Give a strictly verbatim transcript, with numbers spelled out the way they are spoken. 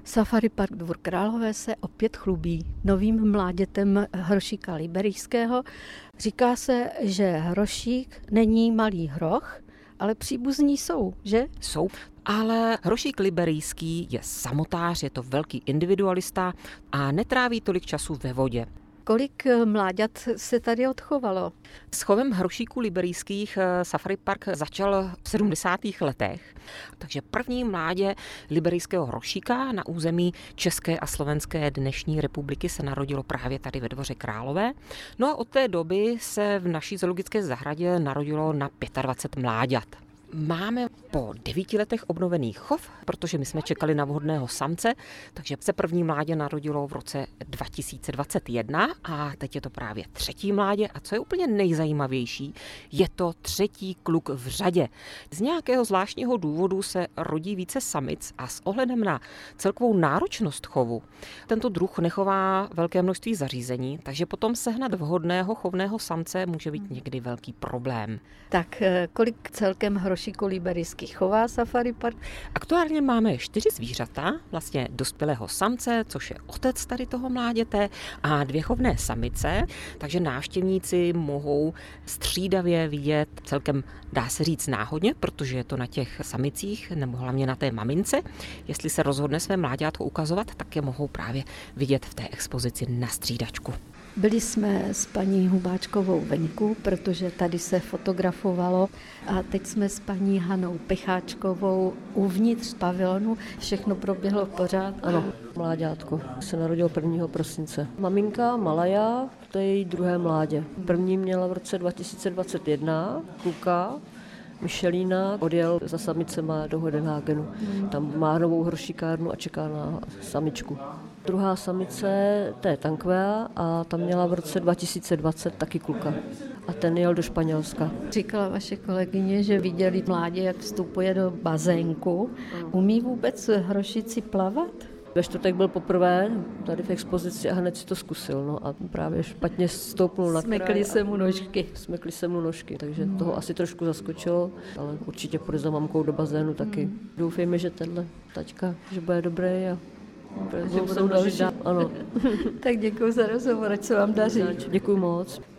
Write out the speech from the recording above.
Safari Park Dvůr Králové se opět chlubí novým mládětem hrošíka liberijského. Říká se, že hrošík není malý hroch, ale příbuzní jsou, že? Jsou, ale hrošík liberijský je samotář, je to velký individualista a netráví tolik času ve vodě. Kolik mláďat se tady odchovalo? S chovem hrošíků liberijských Safari Park začal v sedmdesátých letech, takže první mládě liberijského hrošíka na území České a Slovenské dnešní republiky se narodilo právě tady ve Dvoře Králové. No a od té doby se v naší zoologické zahradě narodilo na dvacet pět mláďat. Máme po devíti letech obnovený chov, protože my jsme čekali na vhodného samce, takže se první mládě narodilo v roce dva tisíce dvacet jedna a teď je to právě třetí mládě a co je úplně nejzajímavější, je to třetí kluk v řadě. Z nějakého zvláštního důvodu se rodí více samic a s ohledem na celkovou náročnost chovu tento druh nechová velké množství zařízení, takže potom sehnat vhodného chovného samce může být někdy velký problém. Tak kolik celkem hrošíků liberijských chová Safari Park? Aktuálně máme čtyři zvířata, vlastně dospělého samce, což je otec tady toho mláděte, a dvě chovné samice, takže návštěvníci mohou střídavě vidět celkem, dá se říct, náhodně, protože je to na těch samicích, nebo hlavně na té mamince. Jestli se rozhodne své mláďátko ukazovat, tak je mohou právě vidět v té expozici na střídačku. Byli jsme s paní Hubáčkovou venku, protože tady se fotografovalo a teď jsme s paní Hanou Pecháčkovou uvnitř pavilonu. Všechno proběhlo v pořádku. Ano, mláďátko se narodilo prvního prosince. Maminka Malaja, to je její druhé mládě. První měla v roce dva tisíce dvacet jedna, kluka. Michelina odjel za samicema do Hodenhagenu. Tam má novou hrošikárnu a čeká na samičku. Druhá samice, to je Tankvea a tam měla v roce dva tisíce dvacet taky kluka. A ten jel do Španělska. Říkala vaše kolegyně, že viděli mládě, jak vstupuje do bazénku. Umí vůbec hrošici plavat? Ve čtvrtek byl poprvé tady v expozici a hned si to zkusil. No a právě špatně stoupnul na kraj. Smekly se mu nožky. Smekly se mu nožky, takže mm. toho asi trošku zaskočilo, ale určitě půjde za mamkou do bazénu taky. Mm. Doufejme, že tenhle taťka, že bude dobrý a že budou další. Ano. Tak děkuji za rozhovor, ať se vám daří. Děkuji moc.